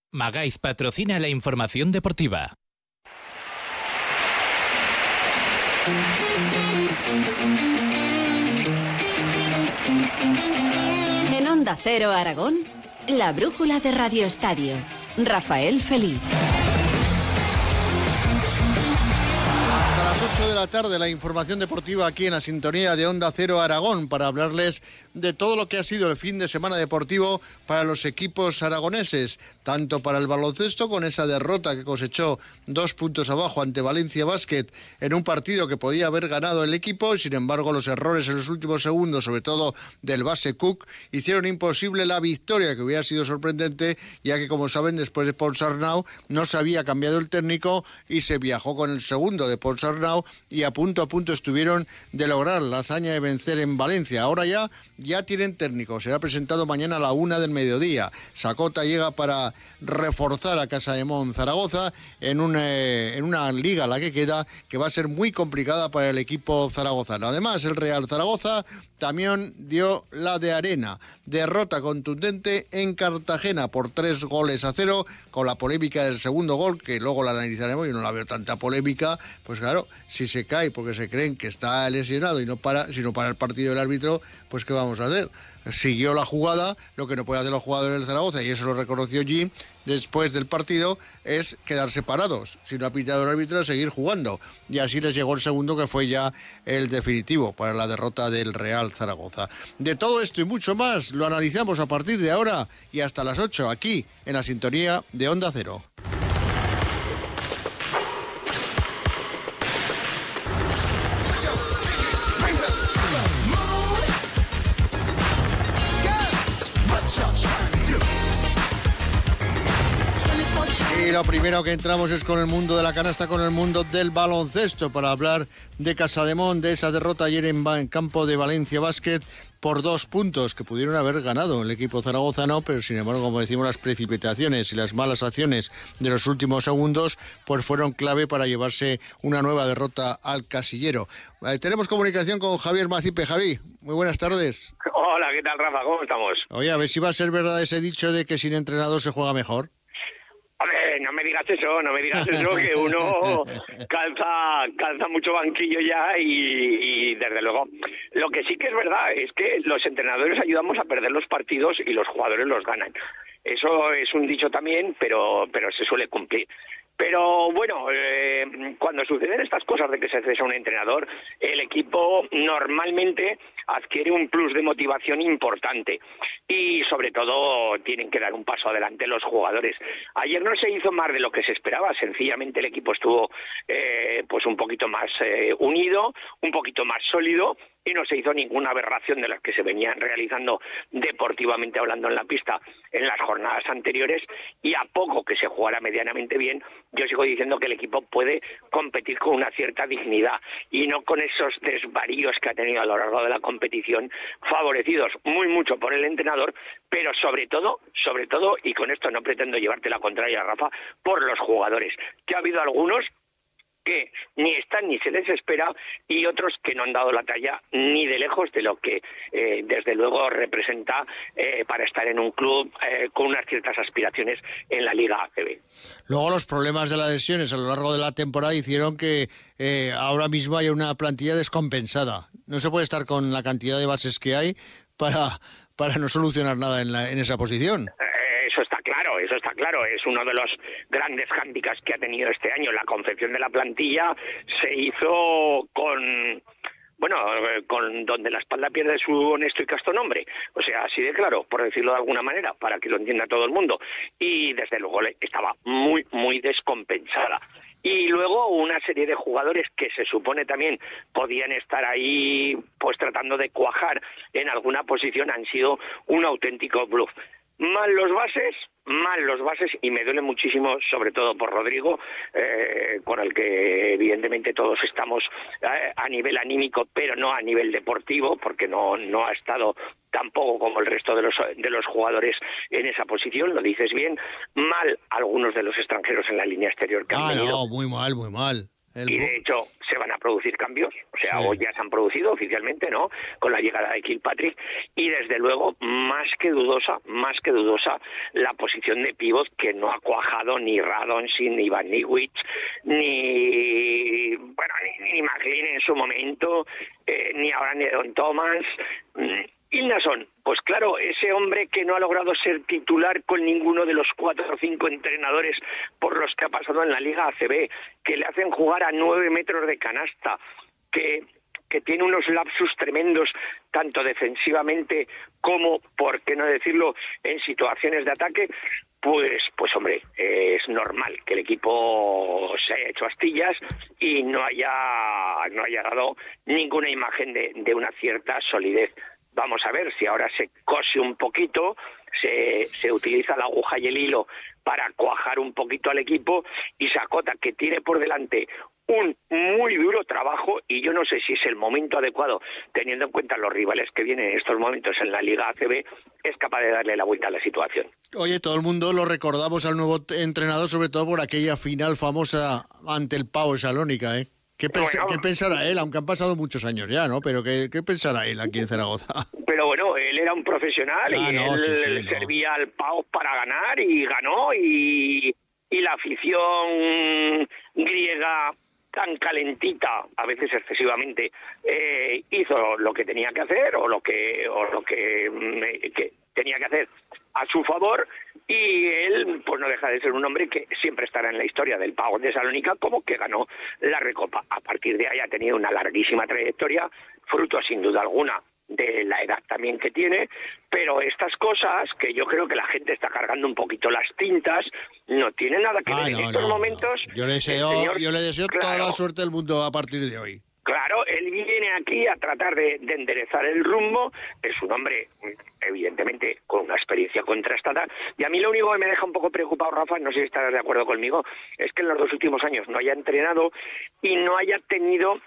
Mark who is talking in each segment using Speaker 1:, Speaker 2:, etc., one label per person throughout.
Speaker 1: Magaiz patrocina la información deportiva.
Speaker 2: En Onda Cero Aragón, la brújula de Radio Estadio. Rafael Feliz.
Speaker 3: A las 8 de la tarde, la información deportiva aquí en la sintonía de Onda Cero Aragón para hablarles de todo lo que ha sido el fin de semana deportivo para los equipos aragoneses, tanto para el baloncesto con esa derrota que cosechó 2 puntos abajo ante Valencia Basket en un partido que podía haber ganado el equipo, sin embargo los errores en los últimos segundos, sobre todo del base Cook, hicieron imposible la victoria, que hubiera sido sorprendente, ya que como saben después de Ponsarnau no se había cambiado el técnico y se viajó con el segundo de Ponsarnau y a punto estuvieron de lograr la hazaña de vencer en Valencia. Ahora ya tienen técnico, será presentado mañana a la 1 del mediodía. Sacota llega para reforzar a Casademón Zaragoza en una liga la que queda, que va a ser muy complicada para el equipo zaragozano. Además, el Real Zaragoza también dio la de arena. Derrota contundente en Cartagena por 3-0, con la polémica del segundo gol, que luego la analizaremos. Yo no la veo tanta polémica, pues claro, si se cae porque se creen que está lesionado y no para, sino para el partido del árbitro, pues ¿qué vamos a hacer? Siguió la jugada, lo que no puede hacer los jugadores del Zaragoza, y eso lo reconoció Jim después del partido, es quedarse parados. Si no ha pitado el árbitro, seguir jugando. Y así les llegó el segundo, que fue ya el definitivo para la derrota del Real Zaragoza. De todo esto y mucho más lo analizamos a partir de ahora y hasta las 8 aquí en la sintonía de Onda Cero. Y lo primero que entramos es con el mundo de la canasta, con el mundo del baloncesto, para hablar de Casademón, de esa derrota ayer en campo de Valencia Basket por 2 puntos que pudieron haber ganado el equipo zaragozano, pero sin embargo, como decimos, las precipitaciones y las malas acciones de los últimos segundos pues fueron clave para llevarse una nueva derrota al casillero. Tenemos comunicación con Javier Macipe. Javi, muy buenas tardes.
Speaker 4: Hola, ¿qué tal, Rafa? ¿Cómo estamos?
Speaker 3: Oye, a ver si va a ser verdad ese dicho de que sin entrenador se juega mejor.
Speaker 4: Hombre, no me digas eso, que uno calza mucho banquillo ya y desde luego, lo que sí que es verdad es que los entrenadores ayudamos a perder los partidos y los jugadores los ganan. Eso es un dicho también, pero se suele cumplir. Pero bueno, cuando suceden estas cosas de que se cesa un entrenador, el equipo normalmente adquiere un plus de motivación importante y sobre todo tienen que dar un paso adelante los jugadores. Ayer no se hizo más de lo que se esperaba, sencillamente el equipo estuvo pues un poquito más unido, un poquito más sólido, y no se hizo ninguna aberración de las que se venían realizando deportivamente hablando en la pista en las jornadas anteriores, y a poco que se jugara medianamente bien, yo sigo diciendo que el equipo puede competir con una cierta dignidad y no con esos desvaríos que ha tenido a lo largo de la competición, favorecidos muy mucho por el entrenador, pero sobre todo, y con esto no pretendo llevarte la contraria, Rafa, por los jugadores, que ha habido algunos que ni están ni se les espera y otros que no han dado la talla ni de lejos de lo que desde luego representa para estar en un club con unas ciertas aspiraciones en la Liga ACB.
Speaker 3: Luego los problemas de las lesiones a lo largo de la temporada hicieron que ahora mismo haya una plantilla descompensada. No se puede estar con la cantidad de bases que hay para no solucionar nada en esa posición.
Speaker 4: Eso está claro, es uno de los grandes hándicaps que ha tenido este año. La confección de la plantilla se hizo con donde la espalda pierde su honesto y casto nombre, o sea, así de claro, por decirlo de alguna manera, para que lo entienda todo el mundo, y desde luego estaba muy, muy descompensada. Y luego una serie de jugadores que se supone también podían estar ahí pues tratando de cuajar en alguna posición han sido un auténtico bluff. Mal los bases, y me duele muchísimo, sobre todo por Rodrigo, con el que evidentemente todos estamos a nivel anímico, pero no a nivel deportivo, porque no ha estado tampoco como el resto de los jugadores en esa posición, lo dices bien. Mal algunos de los extranjeros en la línea exterior que han venido.
Speaker 3: No, muy mal.
Speaker 4: Y de hecho se van a producir cambios, o sea, hoy ya se han producido oficialmente, ¿no? Con la llegada de Kilpatrick, y desde luego más que dudosa la posición de pívot, que no ha cuajado ni Radonjic, ni Van Nieuwitz, ni McLean en su momento, ni ahora ni Don Thomas. Ilnason, pues claro, ese hombre que no ha logrado ser titular con ninguno de los 4 o 5 entrenadores por los que ha pasado en la Liga ACB, que le hacen jugar a 9 metros de canasta, que tiene unos lapsus tremendos, tanto defensivamente como, por qué no decirlo, en situaciones de ataque. Pues hombre, es normal que el equipo se haya hecho astillas y no haya dado ninguna imagen de una cierta solidez. Vamos a ver si ahora se cose un poquito, se utiliza la aguja y el hilo para cuajar un poquito al equipo, y Sakota, que tiene por delante un muy duro trabajo, y yo no sé si es el momento adecuado, teniendo en cuenta los rivales que vienen en estos momentos en la Liga ACB, es capaz de darle la vuelta a la situación.
Speaker 3: Oye, todo el mundo lo recordamos al nuevo entrenador, sobre todo por aquella final famosa ante el Pau Salónica, ¿eh? ¿Qué pensará él? Aunque han pasado muchos años ya, ¿no? Pero ¿qué pensará él aquí en Zaragoza?
Speaker 4: Pero bueno, él era un profesional él servía al Pau para ganar, y ganó, y la afición griega tan calentita, a veces excesivamente, hizo lo que tenía que hacer, o lo que tenía que hacer a su favor, y él pues no deja de ser un hombre que siempre estará en la historia del Pau de Salónica como que ganó la Recopa. A partir de ahí ha tenido una larguísima trayectoria, fruto sin duda alguna de la edad también que tiene, pero estas cosas, que yo creo que la gente está cargando un poquito las tintas, no tienen nada que ver en estos momentos.
Speaker 3: Yo le deseo toda la suerte del mundo a partir de hoy.
Speaker 4: Claro, él viene aquí a tratar de enderezar el rumbo. Es un hombre, evidentemente, con una experiencia contrastada. Y a mí lo único que me deja un poco preocupado, Rafa, no sé si estarás de acuerdo conmigo, es que en los 2 últimos años no haya entrenado y no haya tenido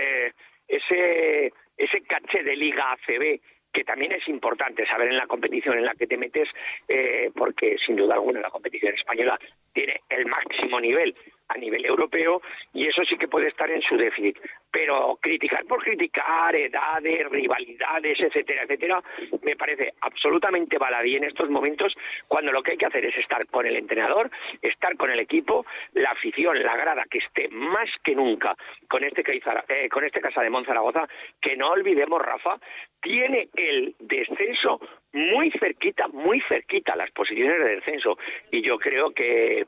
Speaker 4: ese caché de Liga ACB, que también es importante saber en la competición en la que te metes, porque sin duda alguna la competición española tiene el máximo nivel a nivel europeo, y eso sí que puede estar en su déficit. Pero criticar por criticar, edades, rivalidades, etcétera, etcétera, me parece absolutamente baladí en estos momentos, cuando lo que hay que hacer es estar con el entrenador, estar con el equipo, la afición, la grada, que esté más que nunca con este Casa de Zaragoza, que no olvidemos, Rafa, tiene el descenso muy cerquita, las posiciones de descenso, y yo creo que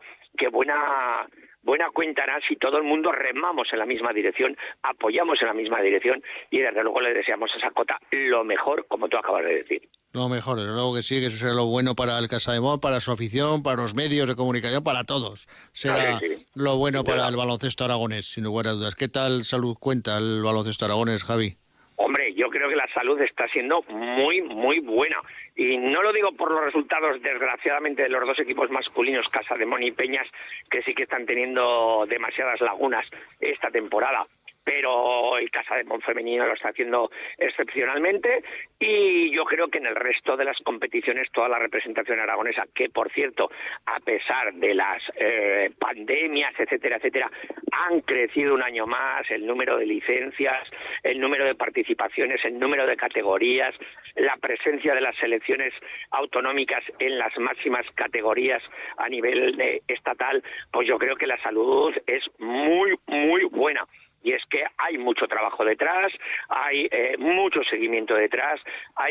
Speaker 4: buena cuenta hará si todo el mundo remamos en la misma dirección, apoyamos en la misma dirección, y desde luego le deseamos a Sakota lo mejor, como tú acabas de decir.
Speaker 3: Lo mejor, desde luego que sí, que eso será lo bueno para el Casa de Mon, para su afición, para los medios de comunicación, para todos. Será lo bueno para el baloncesto aragonés, sin lugar a dudas. ¿Qué tal salud cuenta el baloncesto aragonés, Javi?
Speaker 4: Hombre, yo creo que la salud está siendo muy, muy buena. Y no lo digo por los resultados, desgraciadamente, de los 2 equipos masculinos, Casa de Mon y Peñas, que sí que están teniendo demasiadas lagunas esta temporada. Pero el Casa de Mon femenino lo está haciendo excepcionalmente, y yo creo que en el resto de las competiciones toda la representación aragonesa, que por cierto, a pesar de las pandemias, etcétera, etcétera, han crecido un año más el número de licencias, el número de participaciones, el número de categorías, la presencia de las selecciones autonómicas en las máximas categorías a nivel estatal, pues yo creo que la salud es muy, muy buena. Y es que hay mucho trabajo detrás, hay mucho seguimiento detrás, hay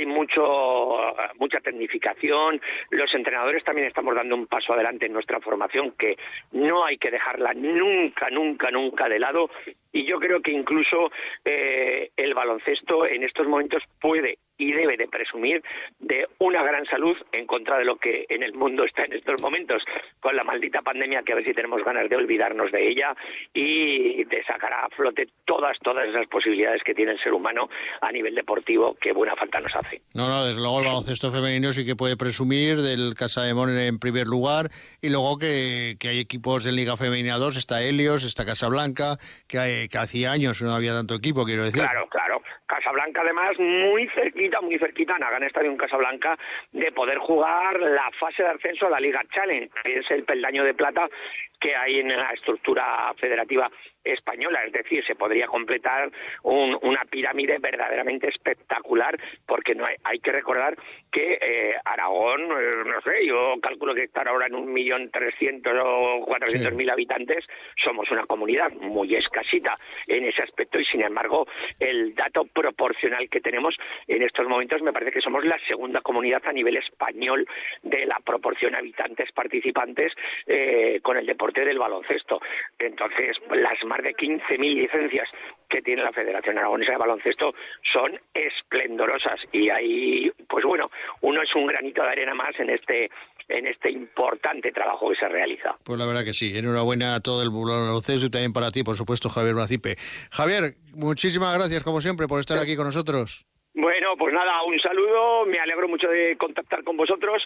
Speaker 4: mucha tecnificación. Los entrenadores también estamos dando un paso adelante en nuestra formación, que no hay que dejarla nunca, nunca, nunca de lado. Y yo creo que incluso el baloncesto en estos momentos puede y debe de presumir de una gran salud, en contra de lo que en el mundo está en estos momentos, con la maldita pandemia, que a ver si tenemos ganas de olvidarnos de ella y de sacar a flote todas esas posibilidades que tiene el ser humano a nivel deportivo, que buena falta nos hace.
Speaker 3: No, desde luego el baloncesto femenino sí que puede presumir del Casa de Mon en primer lugar, y luego que hay equipos en Liga Femenina 2, está Helios, está Casablanca, que hacía años no había tanto equipo, quiero decir.
Speaker 4: Claro. Casablanca, además, muy cerquita, Nagán Estadio en Casablanca, de poder jugar la fase de ascenso a la Liga Challenge, que es el peldaño de plata que hay en la estructura federativa española, es decir, se podría completar una pirámide verdaderamente espectacular, porque no hay que recordar que Aragón, no sé, yo calculo que estar ahora en 1.300.000 o 400.000 habitantes, somos una comunidad muy escasita en ese aspecto, y sin embargo el dato proporcional que tenemos en estos momentos me parece que somos la segunda comunidad a nivel español de la proporción de habitantes participantes con el deporte del baloncesto. Entonces, las más de 15.000 licencias que tiene la Federación Aragonesa de Baloncesto son esplendorosas, y ahí, pues bueno, uno es un granito de arena más en este importante trabajo que se realiza.
Speaker 3: Pues la verdad que sí, enhorabuena a todo el baloncesto y también para ti, por supuesto, Javier Macipe. Javier, muchísimas gracias, como siempre, por estar aquí con nosotros.
Speaker 4: Bueno, pues nada, un saludo, me alegro mucho de contactar con vosotros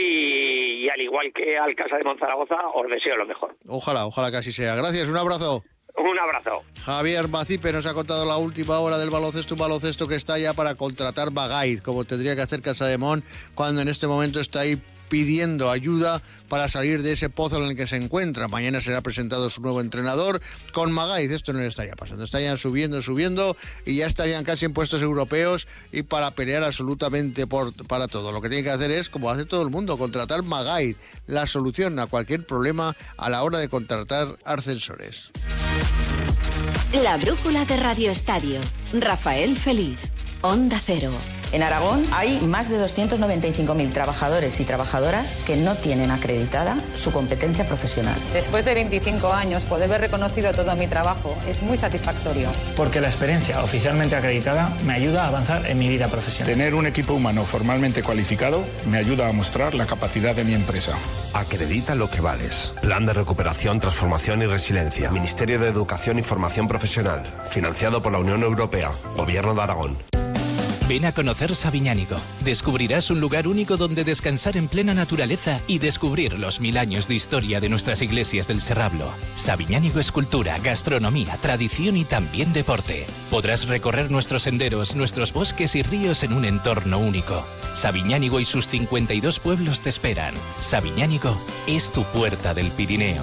Speaker 4: y al igual que al Casa de Monzaragoza, os deseo lo mejor.
Speaker 3: Ojalá que así sea. Gracias, un abrazo.
Speaker 4: Un abrazo.
Speaker 3: Javier Macipe nos ha contado la última hora del baloncesto, un baloncesto que está ya para contratar Bagait, como tendría que hacer Casademont, cuando en este momento está ahí pidiendo ayuda para salir de ese pozo en el que se encuentra. Mañana será presentado su nuevo entrenador. Con Magaiz esto no le estaría pasando, estarían subiendo y ya estarían casi en puestos europeos y para pelear absolutamente para todo. Lo que tiene que hacer es, como hace todo el mundo, contratar Magaiz, la solución a cualquier problema a la hora de contratar ascensores.
Speaker 2: La brújula de Radio Estadio. Rafael Feliz, Onda Cero.
Speaker 5: En Aragón hay más de 295.000 trabajadores y trabajadoras que no tienen acreditada su competencia profesional.
Speaker 6: Después de 25 años, poder ver reconocido todo mi trabajo es muy satisfactorio.
Speaker 7: Porque la experiencia oficialmente acreditada me ayuda a avanzar en mi vida profesional.
Speaker 8: Tener un equipo humano formalmente cualificado me ayuda a mostrar la capacidad de mi empresa.
Speaker 9: Acredita lo que vales. Plan de recuperación, transformación y resiliencia. Ministerio de Educación y Formación Profesional. Financiado por la Unión Europea. Gobierno de Aragón.
Speaker 1: Ven a conocer Sabiñánigo. Descubrirás un lugar único donde descansar en plena naturaleza y descubrir los 1000 años de historia de nuestras iglesias del Serrablo. Sabiñánigo es cultura, gastronomía, tradición y también deporte. Podrás recorrer nuestros senderos, nuestros bosques y ríos en un entorno único. Sabiñánigo y sus 52 pueblos te esperan. Sabiñánigo es tu puerta del Pirineo.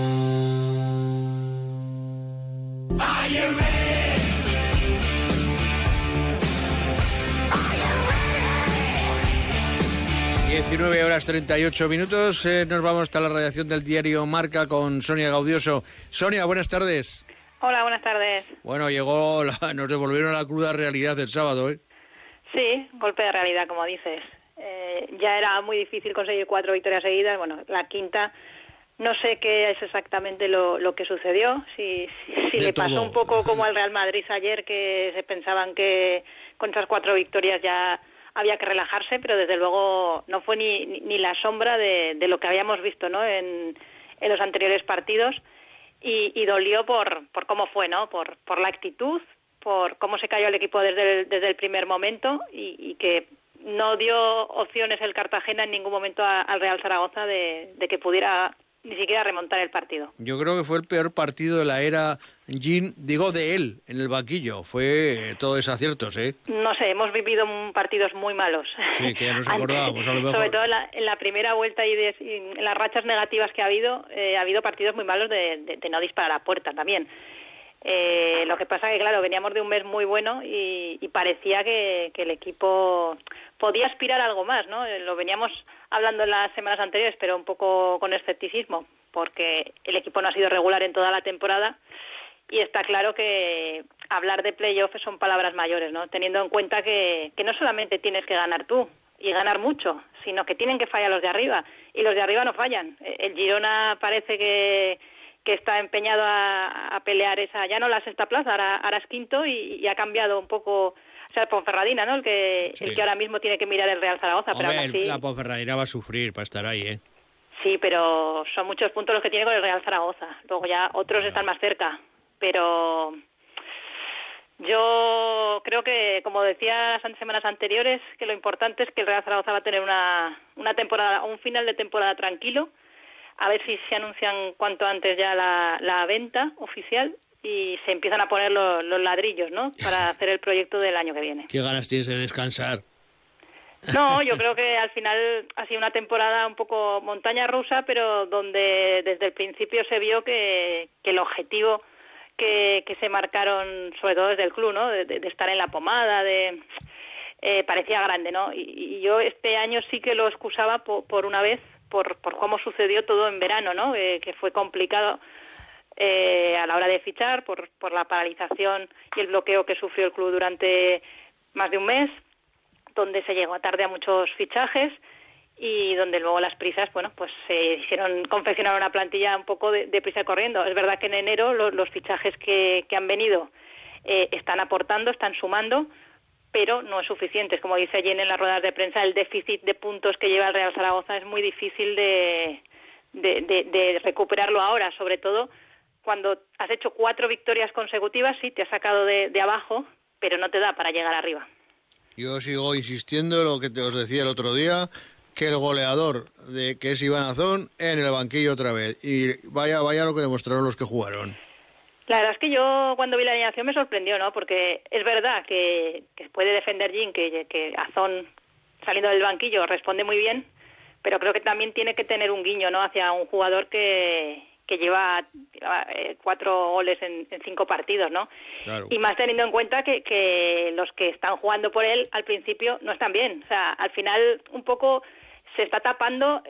Speaker 3: 19:38. Nos vamos hasta la redacción del diario Marca con Sonia Gaudioso. Sonia, buenas tardes.
Speaker 10: Hola, buenas tardes.
Speaker 3: Bueno, nos devolvieron a la cruda realidad el sábado, ¿eh?
Speaker 10: Sí, golpe de realidad, como dices. Ya era muy difícil conseguir 4 victorias seguidas. Bueno, la quinta, no sé qué es exactamente lo que sucedió. Si le pasó un poco como al Real Madrid ayer, que se pensaban que con esas 4 victorias ya había que relajarse, pero desde luego no fue ni la sombra de lo que habíamos visto, ¿no?, en los anteriores partidos, y dolió por cómo fue, ¿no?, por la actitud, por cómo se cayó el equipo desde el primer momento, y que no dio opciones el Cartagena en ningún momento al Real Zaragoza de que pudiera ni siquiera remontar el partido.
Speaker 3: Yo creo que fue el peor partido de la era Jean, digo de él, en el banquillo. Fue todo desaciertos, ¿eh?
Speaker 10: No sé, hemos vivido partidos muy malos.
Speaker 3: Sí, que ya nos acordábamos, a lo mejor.
Speaker 10: Sobre todo en la primera vuelta y en las rachas negativas que ha habido partidos muy malos de no disparar a puerta también. Lo que pasa que, claro, veníamos de un mes muy bueno y parecía que el equipo podía aspirar a algo más, ¿no? Lo veníamos hablando en las semanas anteriores, pero un poco con escepticismo, porque el equipo no ha sido regular en toda la temporada y está claro que hablar de playoff son palabras mayores, ¿no? Teniendo en cuenta que no solamente tienes que ganar tú y ganar mucho, sino que tienen que fallar los de arriba, y los de arriba no fallan. El Girona parece que está empeñado a pelear ya no la sexta plaza, ahora es quinto, y ha cambiado un poco. O sea, Ponferradina, ¿no? El que ahora mismo tiene que mirar el Real Zaragoza.
Speaker 3: Hombre,
Speaker 10: pero aún así,
Speaker 3: la Ponferradina va a sufrir para estar ahí, ¿eh?
Speaker 10: Sí, pero son muchos puntos los que tiene con el Real Zaragoza. Luego ya otros están más cerca. Pero yo creo que, como decía las semanas anteriores, que lo importante es que el Real Zaragoza va a tener una temporada, un final de temporada tranquilo. A ver si se anuncian cuanto antes ya la venta oficial y se empiezan a poner los ladrillos, ¿no?, para hacer el proyecto del año que viene.
Speaker 3: ¿Qué ganas tienes de descansar?
Speaker 10: No, yo creo que al final ha sido una temporada un poco montaña rusa, pero donde desde el principio se vio que el objetivo que se marcaron, sobre todo desde el club, ¿no? De estar en la pomada, parecía grande, ¿no? Y yo este año sí que lo excusaba por una vez, por cómo sucedió todo en verano, ¿no? Que fue complicado a la hora de fichar, por la paralización y el bloqueo que sufrió el club durante más de un mes, donde se llegó tarde a muchos fichajes y donde luego las prisas, bueno, pues se confeccionaron una plantilla un poco de prisa corriendo. Es verdad que en enero los fichajes que han venido están aportando, están sumando, pero no es suficiente. Como dice Jenny en las ruedas de prensa, el déficit de puntos que lleva el Real Zaragoza es muy difícil de recuperarlo ahora, sobre todo cuando has hecho 4 victorias consecutivas, sí, te has sacado de abajo, pero no te da para llegar arriba.
Speaker 3: Yo sigo insistiendo en lo que os decía el otro día, que el goleador que es Iván Azón en el banquillo otra vez. Y vaya lo que demostraron los que jugaron.
Speaker 10: La verdad es que yo cuando vi la alineación me sorprendió, ¿no? Porque es verdad que puede defender Jim, que Azón saliendo del banquillo responde muy bien, pero creo que también tiene que tener un guiño, ¿no? Hacia un jugador que lleva 4 goles en 5 partidos, ¿no?
Speaker 3: Claro.
Speaker 10: Y más teniendo en cuenta que los que están jugando por él al principio no están bien. O sea, al final un poco se está tapando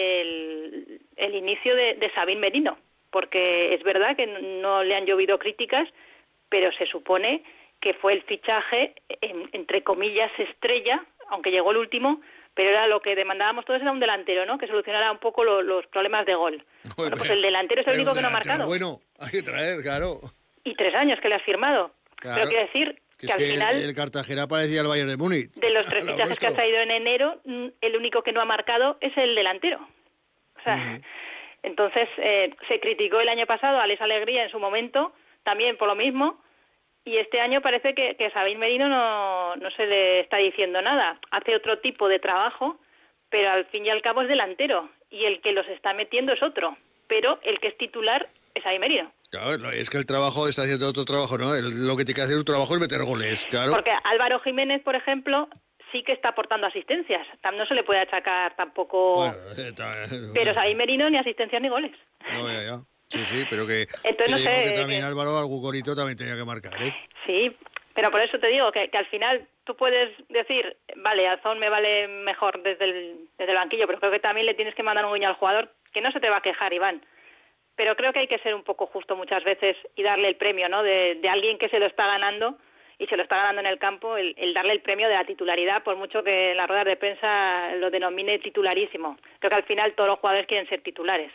Speaker 10: el inicio de Sabin Merino, porque es verdad que no le han llovido críticas, pero se supone que fue el fichaje, entre comillas, estrella, aunque llegó el último, pero era lo que demandábamos todos, era un delantero, ¿no? Que solucionara un poco los problemas de gol. Bueno, pues el delantero es el único que no ha marcado.
Speaker 3: Bueno, hay que traer, claro.
Speaker 10: Y 3 años que le has firmado. Claro. Pero quiero decir que al final...
Speaker 3: El Cartagena parecía el Bayern de Múnich.
Speaker 10: De los 3 fichajes que ha salido en enero, el único que no ha marcado es el delantero. O sea, entonces se criticó el año pasado a Alex Alegría en su momento, también por lo mismo. Y este año parece que Sabin Merino no se le está diciendo nada. Hace otro tipo de trabajo, pero al fin y al cabo es delantero. Y el que los está metiendo es otro. Pero el que es titular es Sabin Merino.
Speaker 3: Claro, es que el trabajo está haciendo otro trabajo, ¿no? Lo que tiene que hacer un trabajo es meter goles, claro.
Speaker 10: Porque Álvaro Jiménez, por ejemplo, sí que está aportando asistencias. No se le puede achacar tampoco... Bueno, pero Sabin Merino ni asistencias ni goles.
Speaker 3: No, ya. Sí, pero que,
Speaker 10: entonces, no sé,
Speaker 3: que también Álvaro algún golito también tenía que marcar, ¿eh?
Speaker 10: Sí, pero por eso te digo que al final tú puedes decir, vale, Azón me vale mejor desde el banquillo, pero creo que también le tienes que mandar un guiño al jugador, que no se te va a quejar, Iván. Pero creo que hay que ser un poco justo muchas veces y darle el premio, ¿no? De alguien que se lo está ganando, y se lo está ganando en el campo, el darle el premio de la titularidad, por mucho que en las ruedas de prensa lo denomine titularísimo. Creo que al final todos los jugadores quieren ser titulares.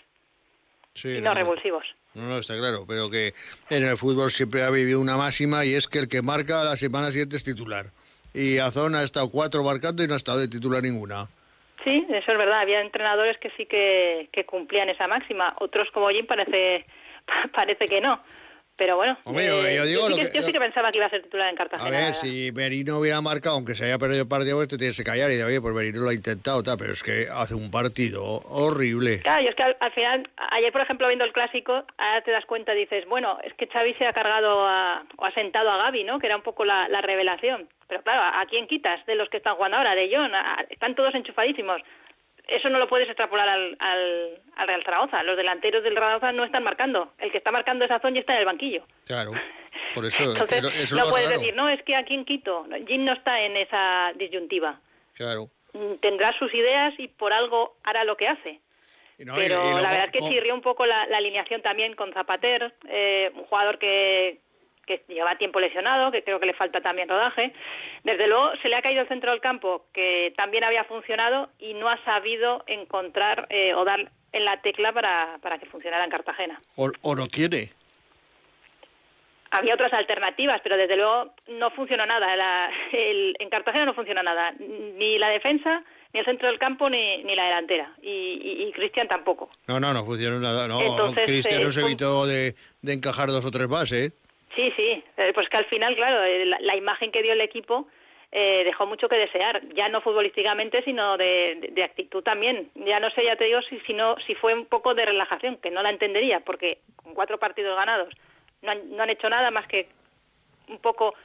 Speaker 10: Sí, y no revulsivos.
Speaker 3: No, está claro, pero que en el fútbol siempre ha vivido una máxima y es que el que marca la semana siguiente es titular. Y Azón ha estado 4 marcando y no ha estado de titular ninguna.
Speaker 10: Sí, eso es verdad. Había entrenadores que sí que cumplían esa máxima. Otros como Jim parece que no. Pero bueno,
Speaker 3: hombre, yo digo
Speaker 10: yo sí que pensaba que iba a ser titular en Cartagena.
Speaker 3: A ver, si Merino hubiera marcado, aunque se haya perdido el partido, pues te tienes que callar y de, oye, pues Merino lo ha intentado, pero es que hace un partido horrible.
Speaker 10: Claro, y es que al final, ayer por ejemplo viendo el Clásico, ahora te das cuenta y dices, bueno, es que Xavi se ha cargado o ha sentado a Gavi, ¿no? Que era un poco la revelación. Pero claro, ¿a quién quitas de los que están jugando ahora? De John, están todos enchufadísimos. Eso no lo puedes extrapolar al Real Zaragoza. Los delanteros del Zaragoza no están marcando. El que está marcando es Azón y está en el banquillo.
Speaker 3: Claro, por eso.
Speaker 10: Entonces,
Speaker 3: eso
Speaker 10: no puedes decir, no, es que aquí en Quito, Jim no está en esa disyuntiva.
Speaker 3: Claro.
Speaker 10: Tendrá sus ideas y por algo hará lo que hace. Pero la verdad es que chirrió un poco la alineación también con Zapater, un jugador que lleva tiempo lesionado, que creo que le falta también rodaje. Desde luego se le ha caído el centro del campo, que también había funcionado y no ha sabido encontrar o dar en la tecla para que funcionara en Cartagena.
Speaker 3: O no quiere.
Speaker 10: Había otras alternativas, pero desde luego no funcionó nada. En Cartagena no funciona nada. Ni la defensa, ni el centro del campo, ni la delantera. Y Cristian tampoco.
Speaker 3: No funcionó nada. No,
Speaker 10: Cristian
Speaker 3: se evitó de encajar 2 o 3 más, ¿eh?
Speaker 10: Sí, pues que al final, claro, la imagen que dio el equipo dejó mucho que desear, ya no futbolísticamente, sino de actitud también. Ya no sé, ya te digo, si fue un poco de relajación, que no la entendería, porque con 4 partidos ganados no han hecho nada más que un poco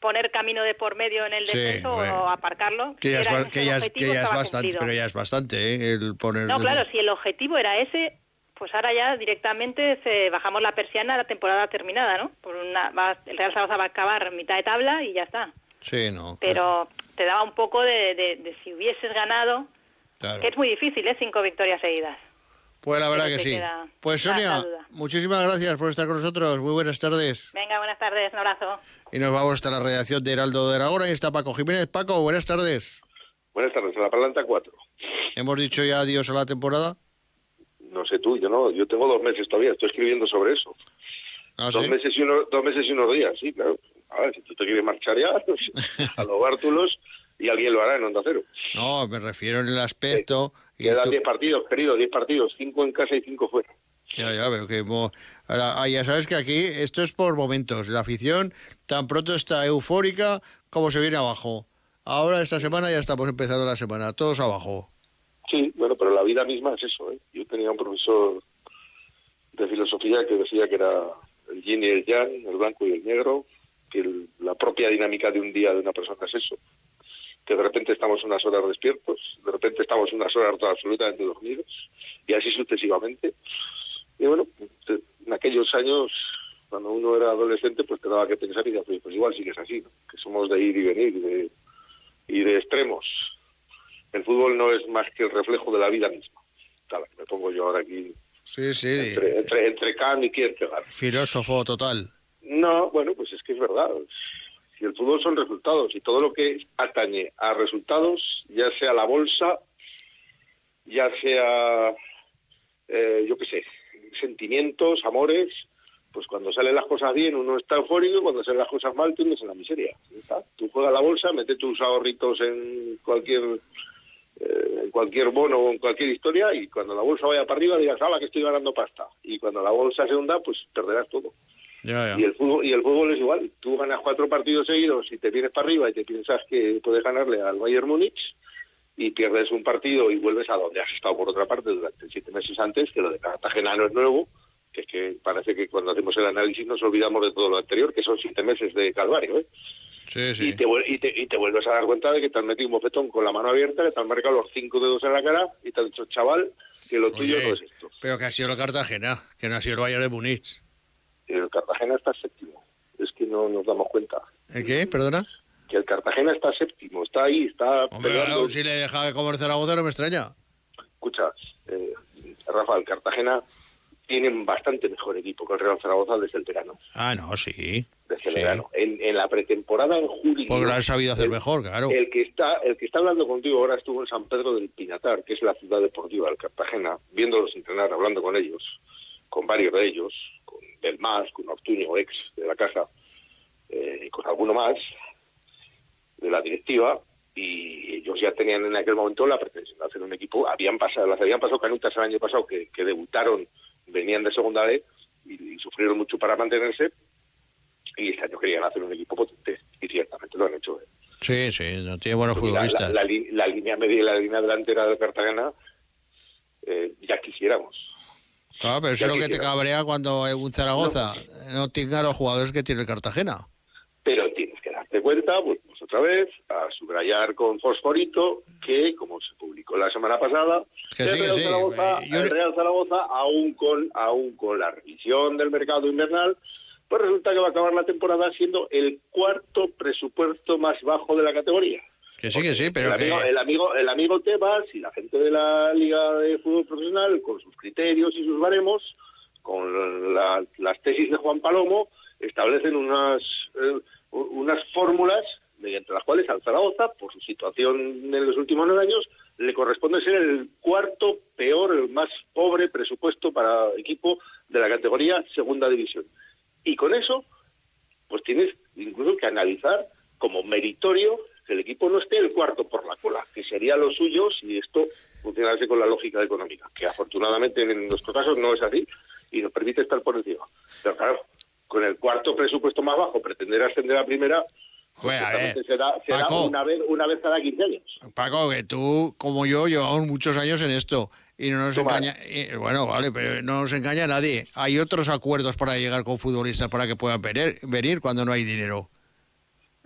Speaker 10: poner camino de por medio en el descenso o aparcarlo.
Speaker 3: Que ya es bastante, pero ya es bastante, el poner...
Speaker 10: No, claro, si el objetivo era ese, pues ahora ya directamente bajamos la persiana a la temporada terminada, ¿no? El Real Zaragoza va a acabar mitad de tabla y ya está.
Speaker 3: Sí, no.
Speaker 10: Pero te daba un poco de si hubieses ganado,
Speaker 3: claro.
Speaker 10: Que es muy difícil, 5 victorias seguidas.
Speaker 3: Pues la verdad que sí. Pues Sonia, muchísimas gracias por estar con nosotros. Muy buenas tardes.
Speaker 10: Venga, buenas tardes, un abrazo.
Speaker 3: Y nos vamos hasta la redacción de Heraldo de Aragón. Ahí está Paco Jiménez. Paco, buenas tardes.
Speaker 11: Buenas tardes, a la planta 4.
Speaker 3: ¿Hemos dicho ya adiós a la temporada?
Speaker 11: No sé tú, yo no. Yo tengo 2 meses todavía, estoy escribiendo sobre eso.
Speaker 3: ¿Ah,
Speaker 11: sí? 2 meses y unos días, sí, claro. A ver, si tú te quieres marchar ya, pues, a los bártulos, y alguien lo hará en Onda Cero.
Speaker 3: No, me refiero en el aspecto...
Speaker 11: Quedan 10 partidos, querido, 10 partidos, 5 en casa y 5 fuera.
Speaker 3: Ya, pero que... Ahora, ya sabes que aquí esto es por momentos. La afición tan pronto está eufórica como se viene abajo. Ahora esta semana ya estamos empezando la semana, todos abajo.
Speaker 11: Sí, bueno, pero la vida misma es eso, ¿eh? Yo tenía un profesor de filosofía que decía que era el yin y el yang, el blanco y el negro, que la propia dinámica de un día de una persona es eso. Que de repente estamos unas horas despiertos, de repente estamos unas horas absolutamente dormidos, y así sucesivamente. Y bueno, en aquellos años, cuando uno era adolescente, pues te daba que pensar y decir, pues igual sí que es así, ¿no? Que somos de ir y venir, y de extremos. El fútbol no es más que el reflejo de la vida misma. Claro, me pongo yo ahora aquí
Speaker 3: sí.
Speaker 11: entre Kant y Kierkegaard.
Speaker 3: Filósofo total.
Speaker 11: No, bueno, pues es que es verdad. Si el fútbol son resultados y todo lo que atañe a resultados, ya sea la bolsa, ya sea, yo qué sé, sentimientos, amores, pues cuando salen las cosas bien uno está eufórico y cuando salen las cosas mal tú andas en la miseria. ¿Está? Tú juegas la bolsa, metes tus ahorritos en cualquier bono o en cualquier historia y cuando la bolsa vaya para arriba digas, ¡hala, que estoy ganando pasta! Y cuando la bolsa se hunda, pues perderás todo.
Speaker 3: Ya.
Speaker 11: Y el fútbol es igual. Tú ganas 4 partidos seguidos y te vienes para arriba y te piensas que puedes ganarle al Bayern Múnich y pierdes un partido y vuelves a donde has estado por otra parte durante 7 meses antes, que lo de Cartagena no es nuevo, que es que parece que cuando hacemos el análisis nos olvidamos de todo lo anterior, que son 7 meses de calvario, ¿eh?
Speaker 3: Sí.
Speaker 11: Y te vuelves a dar cuenta de que te han metido un bofetón con la mano abierta, que te han marcado los 5 dedos en la cara y te han dicho, chaval, que lo tuyo no es esto.
Speaker 3: Pero que ha sido el Cartagena, que no ha sido el Bayern de Múnich.
Speaker 11: El Cartagena está séptimo. Es que no nos damos cuenta.
Speaker 3: ¿El qué? ¿Perdona?
Speaker 11: Que el Cartagena está séptimo. Está ahí, está...
Speaker 3: Hombre, claro, si le deja de comer Zaragoza no me extraña.
Speaker 11: Escucha, Rafa, el Cartagena tiene bastante mejor equipo que el Real Zaragoza desde el verano.
Speaker 3: Ah, no, sí.
Speaker 11: Desde el verano. En la pretemporada, en julio...
Speaker 3: Porque lo han sabido hacer mejor, claro.
Speaker 11: El que está hablando contigo ahora estuvo en San Pedro del Pinatar, que es la ciudad deportiva del Cartagena, viéndolos entrenar, hablando con ellos, con varios de ellos, con Delmas, con Ortuño, ex de la casa, y con alguno más de la directiva, y ellos ya tenían en aquel momento la pretensión de hacer un equipo. Las habían pasado canutas el año pasado que debutaron, venían de segunda B y sufrieron mucho para mantenerse, y este año querían hacer un equipo potente, y ciertamente lo han hecho.
Speaker 3: Sí, no tiene buenos futbolistas.
Speaker 11: La línea media y la línea delantera de Cartagena, ya quisiéramos.
Speaker 3: Claro, pero eso es lo que te cabrea cuando un Zaragoza no tenga los jugadores que tiene el Cartagena.
Speaker 11: Pero tienes que darte cuenta, pues otra vez, a subrayar con fosforito que, como se publicó la semana pasada, el Real Zaragoza, aún con la revisión del mercado invernal, pues resulta que va a acabar la temporada siendo el 4º presupuesto más bajo de la categoría.
Speaker 3: Que sí, pero
Speaker 11: el amigo Tebas y la gente de la Liga de Fútbol Profesional, con sus criterios y sus baremos, con las tesis de Juan Palomo, establecen unas fórmulas mediante las cuales al Zaragoza, por su situación en los últimos 9 años, le corresponde ser el 4º peor, el más pobre presupuesto para equipo de la categoría segunda división. Y con eso, pues tienes incluso que analizar como meritorio que el equipo no esté el 4º por la cola, que sería lo suyo si esto funcionase con la lógica económica, que afortunadamente en nuestro caso no es así y nos permite estar por encima. Pero claro, con el 4º presupuesto más bajo, pretender ascender a primera, pues será
Speaker 3: Paco,
Speaker 11: una vez cada 15 años.
Speaker 3: Paco, que tú, como yo, llevamos muchos años en esto y no nos engaña... Bueno, vale, pero no nos engaña nadie. Hay otros acuerdos para llegar con futbolistas para que puedan venir cuando no hay dinero.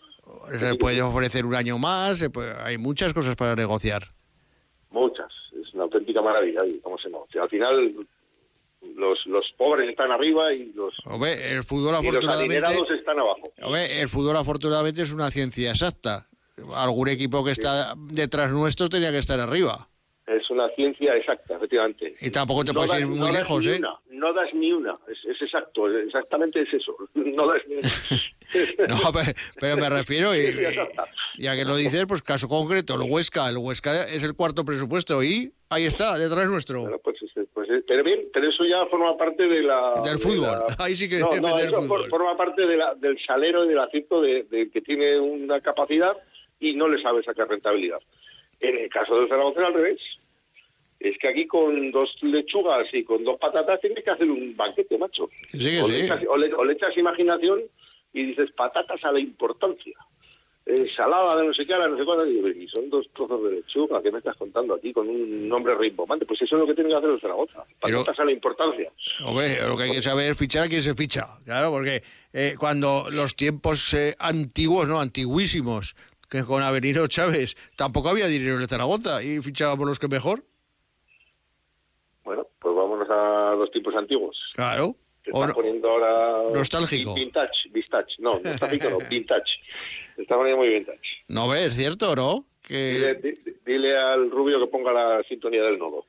Speaker 3: Se puede ofrecer un año más, hay muchas cosas para negociar.
Speaker 11: Muchas, es una auténtica maravilla. ¿Cómo se negocia? Al final los pobres están arriba y los
Speaker 3: adinerados
Speaker 11: están abajo.
Speaker 3: El fútbol afortunadamente es una ciencia exacta. Algún equipo que está detrás nuestro tenía que estar arriba.
Speaker 11: Es una ciencia exacta, efectivamente.
Speaker 3: Y tampoco te puedes ir muy lejos, ¿eh?
Speaker 11: No das ni una, es exacto, exactamente es eso. No das ni una.
Speaker 3: No, pero me refiero, y a que lo dices, pues caso concreto, el Huesca es el cuarto presupuesto y ahí está, detrás nuestro.
Speaker 11: Bueno, pero eso ya forma parte
Speaker 3: del fútbol. Ahí sí que depende del fútbol.
Speaker 11: Forma parte del salero y del acierto de que tiene una capacidad y no le sabe sacar rentabilidad. En el caso del Zaragoza al revés. Es que aquí con 2 lechugas y con 2 patatas tienes que hacer un banquete, macho.
Speaker 3: Sí,
Speaker 11: o le echas imaginación y dices patatas a la importancia. Ensalada de no sé qué, a la no sé cuánto. Y son 2 trozos de lechuga. ¿Qué me estás contando aquí con un nombre rimbombante? Pues eso es lo que tiene que hacer el Zaragoza. Patatas a la importancia.
Speaker 3: Hombre, lo que hay que saber es fichar a quien se ficha. Claro, porque cuando los tiempos antiguos, no, antiguísimos, que con Avelino Chávez tampoco había dinero en el Zaragoza y fichábamos los que mejor.
Speaker 11: Bueno, pues vámonos a los tiempos antiguos.
Speaker 3: Claro.
Speaker 11: Te están poniendo ahora...
Speaker 3: Nostálgico.
Speaker 11: Vintage. No, nostálgico no, vintage. Te está poniendo muy vintage.
Speaker 3: No, es cierto, ¿no?
Speaker 11: Dile al rubio que ponga la sintonía del nodo.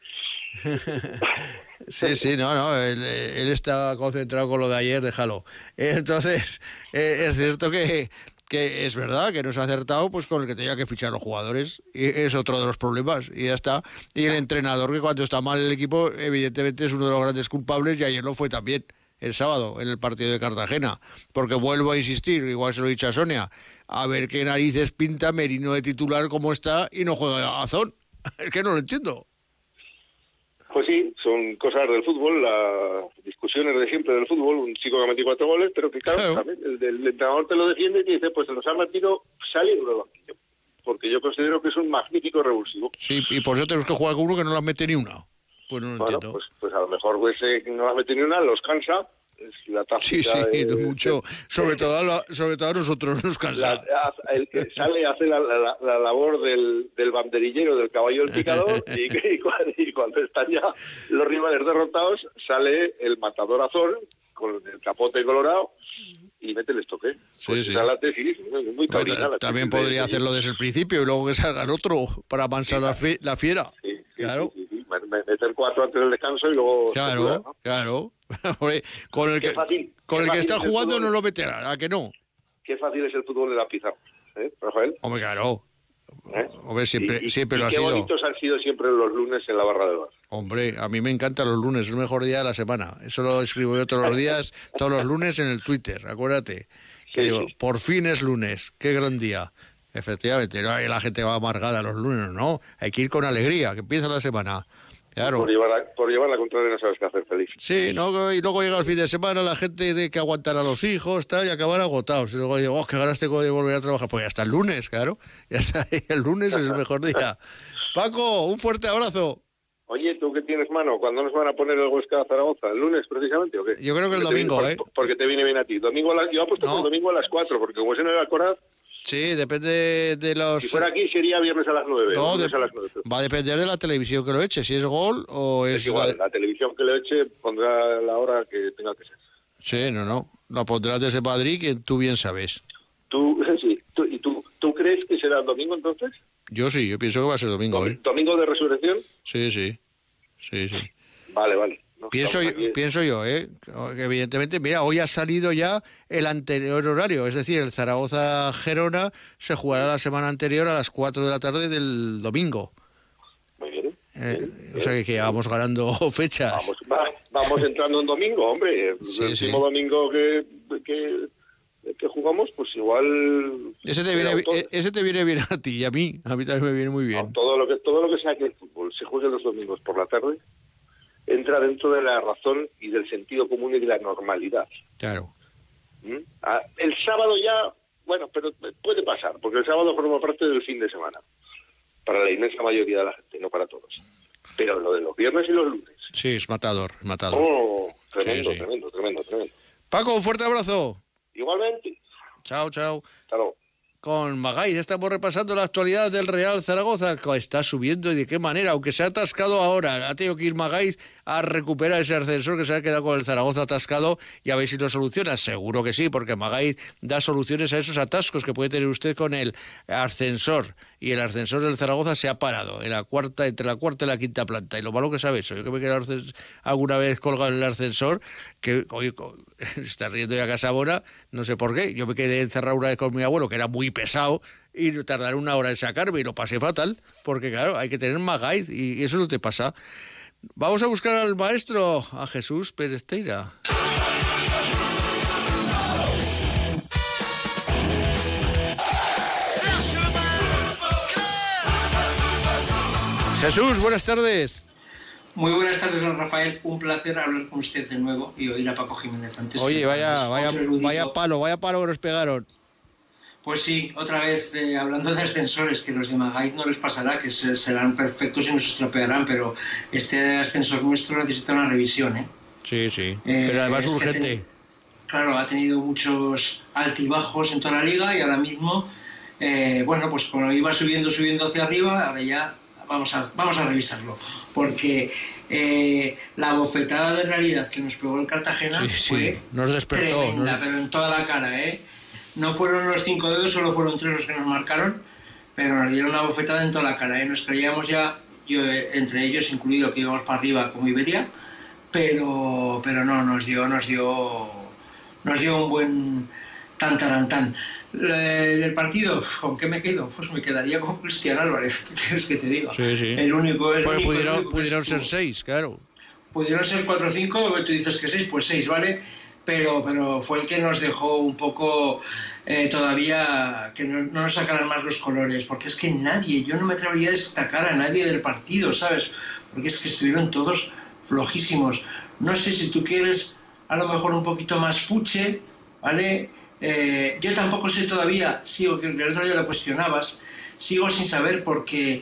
Speaker 3: Sí, no, él está concentrado con lo de ayer, déjalo. Entonces, es cierto que es verdad que no se ha acertado pues con el que tenía que fichar los jugadores, y es otro de los problemas, y ya está. Y el entrenador, que cuando está mal el equipo, evidentemente es uno de los grandes culpables, y ayer lo fue también, el sábado, en el partido de Cartagena, porque vuelvo a insistir, igual se lo he dicho a Sonia, a ver qué narices pinta Merino de titular como está y no juega Azón. Es que no lo entiendo.
Speaker 11: Pues sí, son cosas del fútbol, las discusiones de siempre del fútbol, un chico que ha metido 4 goles, pero que claro. También el entrenador te lo defiende y te dice, pues se los ha metido saliendo del banquillo, porque yo considero que es un magnífico revulsivo.
Speaker 3: Sí, y por eso tenemos que jugar con uno que no las mete ni una. Pues no lo entiendo.
Speaker 11: Pues a lo mejor ese que no las mete ni una los cansa. Es la táctica
Speaker 3: mucho. Sobre todo a nosotros nos cansa.
Speaker 11: El que sale hace la labor del banderillero, del caballo del picador, y cuando están ya los rivales derrotados, sale el matador Azón con el capote colorado y mete el estoque. Muy taurina.
Speaker 3: También podría hacerlo desde el principio y luego que salga el otro para amansar la fiera.
Speaker 11: Sí,
Speaker 3: claro.
Speaker 11: Meter 4 antes del descanso y luego...
Speaker 3: Claro. Con el que está jugando no lo meterá, ¿a que no?
Speaker 11: Qué fácil es el fútbol de la pizarra, Rafael.
Speaker 3: Hombre, claro. Hombre, siempre lo ha sido.
Speaker 11: Qué bonitos han sido siempre los lunes en la barra del bar.
Speaker 3: Hombre, a mí me encantan los lunes, es el mejor día de la semana. Eso lo escribo yo todos los días, todos los lunes en el Twitter, acuérdate. Que digo, por fin es lunes, qué gran día. Efectivamente, no, la gente va amargada los lunes, no. Hay que ir con alegría, que empieza la semana. Claro.
Speaker 11: Por llevar la contraria no sabes qué hacer, feliz.
Speaker 3: Sí, ¿no? Y luego llega el fin de semana, la gente tiene que aguantar a los hijos, tal, y acabar agotados. Y luego digo, qué ganas tengo de volver a trabajar. Pues hasta el lunes, claro. Ya está, el lunes es el mejor día. Paco, un fuerte abrazo.
Speaker 11: Oye, ¿tú qué tienes mano? ¿Cuándo nos van a poner el Huesca Zaragoza? ¿El lunes, precisamente, o qué?
Speaker 3: Yo creo que el domingo,
Speaker 11: Porque te viene bien a ti. Yo he puesto el domingo a las 4, porque como es en el Alcoraz...
Speaker 3: Sí, depende de los...
Speaker 11: Si fuera aquí sería viernes a las 9.
Speaker 3: No,
Speaker 11: a las 9.
Speaker 3: Va a depender de la televisión que lo eche, si es gol o es...
Speaker 11: igual, la televisión que lo eche pondrá la hora que tenga que ser.
Speaker 3: Sí, no. La pondrás desde Madrid, que tú bien sabes.
Speaker 11: ¿Tú crees que será el domingo entonces?
Speaker 3: Yo pienso que va a ser domingo.
Speaker 11: ¿Domingo de resurrección?
Speaker 3: Sí.
Speaker 11: Vale. No,
Speaker 3: pienso yo, que evidentemente, mira, hoy ha salido ya el anterior horario, es decir, el Zaragoza-Gerona se jugará la semana anterior a las 4 de la tarde del domingo.
Speaker 11: Muy bien.
Speaker 3: O sea que vamos ganando fechas.
Speaker 11: Vamos entrando en domingo, hombre. El último domingo que jugamos, pues igual...
Speaker 3: Ese te viene bien a ti y a mí también me viene muy bien.
Speaker 11: No, todo lo que sea que el fútbol se juegue los domingos por la tarde entra dentro de la razón y del sentido común y de la normalidad.
Speaker 3: Claro.
Speaker 11: El sábado ya, bueno, pero puede pasar, porque el sábado forma parte del fin de semana. Para la inmensa mayoría de la gente, no para todos. Pero lo de los viernes y los lunes...
Speaker 3: Sí, es matador.
Speaker 11: Oh, tremendo.
Speaker 3: Paco, un fuerte abrazo.
Speaker 11: Igualmente.
Speaker 3: Chao.
Speaker 11: Hasta luego.
Speaker 3: con Magaiz. Estamos repasando la actualidad del Real Zaragoza. Está subiendo y de qué manera, aunque se ha atascado ahora. Ha tenido que ir Magaiz a recuperar ese ascensor que se ha quedado con el Zaragoza atascado y a ver si lo soluciona. Seguro que sí, porque Magaiz da soluciones a esos atascos que puede tener usted con el ascensor. Y el ascensor del Zaragoza se ha parado entre la cuarta y la quinta planta. Y lo malo que sabe eso, yo que me he quedado alguna vez colgado en el ascensor, que oye, está riendo ya Casabona, no sé por qué. Yo me quedé encerrado una vez con mi abuelo, que era muy pesado, y tardaron 1 hora en sacarme y lo pasé fatal, porque claro, hay que tener Magaiz y eso no te pasa. Vamos a buscar al maestro, a Jesús Peresteira. Jesús, buenas tardes.
Speaker 12: Muy buenas tardes, don Rafael. Un placer hablar con usted de nuevo y oír a Paco Jiménez antes.
Speaker 3: Oye, vaya palo que nos pegaron.
Speaker 12: Pues sí, otra vez hablando de ascensores, que los de Magaiz no les pasará, que serán perfectos y no se estropearán, pero este ascensor nuestro necesita una revisión, ¿eh?
Speaker 3: Sí, pero además urgente.
Speaker 12: Claro, ha tenido muchos altibajos en toda la liga y ahora mismo, bueno, pues cuando iba subiendo hacia arriba, ahora ya vamos a revisarlo, porque la bofetada de realidad que nos pegó el Cartagena fue
Speaker 3: nos despertó,
Speaker 12: tremenda, pero en toda la cara, ¿eh? No fueron los 5 dedos, solo fueron 3 los que nos marcaron, pero nos dieron una bofetada en toda la cara, ¿eh? Nos creíamos ya, yo entre ellos incluido, que íbamos para arriba como Iberia, pero no, nos dio un buen tan. Del partido, ¿con qué me quedo? Pues me quedaría con Cristian Álvarez, ¿qué quieres que te diga?
Speaker 3: Sí.
Speaker 12: El único
Speaker 3: pudieron ser 6, claro.
Speaker 12: Pudieron ser 4 o 5, tú dices que 6, pues 6, ¿vale? Pero fue el que nos dejó un poco todavía que no nos sacaran más los colores, porque es que yo no me atrevería a destacar a nadie del partido, ¿sabes? Porque es que estuvieron todos flojísimos. No sé si tú quieres a lo mejor un poquito más puche, ¿vale? Yo tampoco sé todavía, sigo, que el otro día lo cuestionabas, sigo sin saber por qué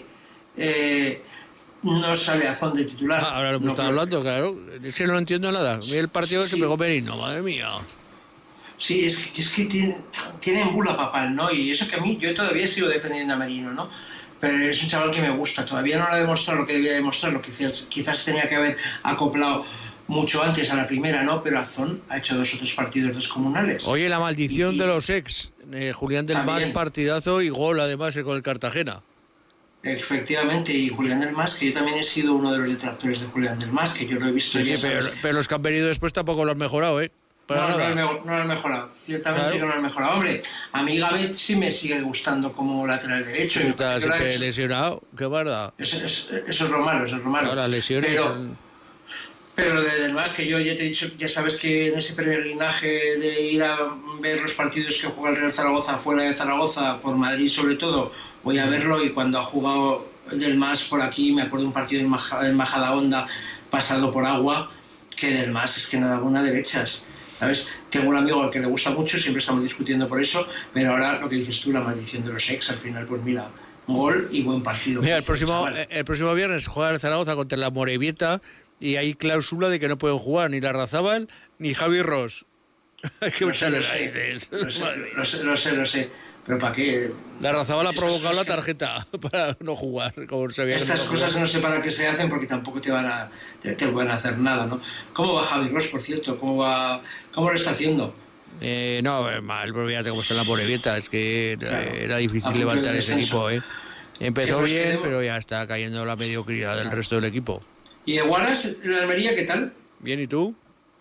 Speaker 12: no sale Azón de titular.
Speaker 3: Ahora lo que está hablando, claro, es que no entiendo nada. Mira el partido que se pegó Merino, madre mía.
Speaker 12: Sí, es que tienen bula papal, ¿no? Y eso que a mí, yo todavía sigo defendiendo a Merino, ¿no? Pero es un chaval que me gusta, todavía no lo ha demostrado lo que debía demostrar, lo que quizás tenía que haber acoplado mucho antes a la primera, ¿no? Pero Azón ha hecho 2 o 3 partidos descomunales.
Speaker 3: Oye, la maldición de los ex. Julián del Mas, partidazo y gol además con el Cartagena.
Speaker 12: Efectivamente, y Julián del Mas, que yo también he sido uno de los detractores de Julián del Mas, que yo lo he visto.
Speaker 3: Sí, pero los que han venido después tampoco lo han mejorado, ¿eh?
Speaker 12: No lo han mejorado, ciertamente claro. Que no lo han mejorado. Hombre, a mí Gavet sí me sigue gustando como lateral derecho.
Speaker 3: Sí, está siempre lesionado, qué verdad.
Speaker 12: Eso es lo malo,
Speaker 3: Ahora lesiones...
Speaker 12: Pero lo de Del Mas, que yo ya te he dicho, ya sabes que en ese peregrinaje de ir a ver los partidos que juega el Real Zaragoza fuera de Zaragoza, por Madrid sobre todo, voy a verlo, y cuando ha jugado Del Mas por aquí, me acuerdo de un partido en Majadahonda pasado por agua, que Del Mas es que no daba una derechas, ¿sabes? Tengo un amigo al que le gusta mucho, siempre estamos discutiendo por eso, pero ahora lo que dices tú, la maldición de los ex, al final, pues mira, gol y buen partido.
Speaker 3: Mira, el próximo viernes juega el Zaragoza contra la Morevieta, y hay cláusula de que no pueden jugar ni Larrazábal ni Javi Ross. Hay que echarle aires.
Speaker 12: Lo sé. Pero ¿para qué?
Speaker 3: Larrazábal ha provocado la tarjeta para no jugar. Como se
Speaker 12: estas cosas no sé para qué se hacen, porque tampoco te van a hacer nada, ¿no? ¿Cómo va Javi Ross, por cierto? ¿Cómo lo está haciendo?
Speaker 3: No, mal, pero fíjate cómo está en la Morevieta. Es que claro, era difícil levantar ese equipo, ¿eh? Empezó bien, pero ya está cayendo la mediocridad del resto del equipo.
Speaker 12: ¿Y Eguaras, en Almería, qué tal?
Speaker 3: Bien, ¿y tú?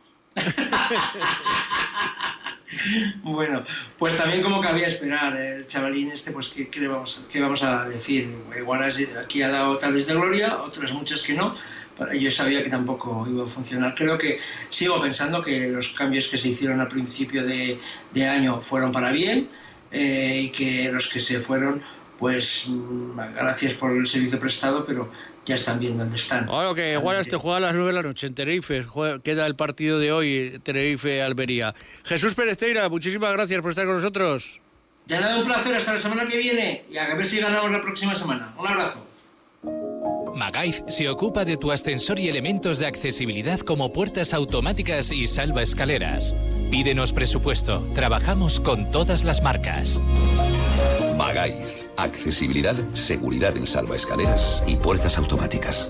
Speaker 12: Bueno, pues también como cabía esperar, el chavalín este, pues ¿qué vamos a decir? Eguaras aquí ha dado tales de gloria, otras muchas que no. Yo sabía que tampoco iba a funcionar. Creo que sigo pensando que los cambios que se hicieron al principio de año fueron para bien, y que los que se fueron, pues gracias por el servicio prestado, pero ya están viendo dónde están.
Speaker 3: Bueno, que igual juega a las 9 de la noche en Tenerife. Queda el partido de hoy, Tenerife-Almería. Jesús Peresteira, muchísimas gracias por estar con nosotros.
Speaker 12: Ya nada, un placer. Hasta la semana que viene. Y a ver si ganamos la próxima semana. Un abrazo.
Speaker 1: Magaiz se ocupa de tu ascensor y elementos de accesibilidad como puertas automáticas y salvaescaleras. Pídenos presupuesto. Trabajamos con todas las marcas.
Speaker 13: Magaiz. Accesibilidad, seguridad en salvaescaleras y puertas automáticas.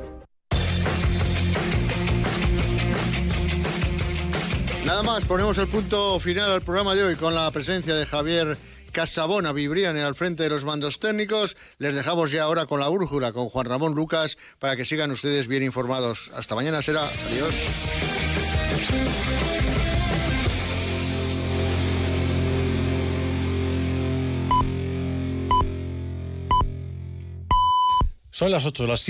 Speaker 3: Nada más, ponemos el punto final al programa de hoy con la presencia de Javier Casabona Vibrián al frente de los mandos técnicos. Les dejamos ya ahora con la brújula, con Juan Ramón Lucas, para que sigan ustedes bien informados. Hasta mañana será. Adiós.
Speaker 14: Son las 8, las 7.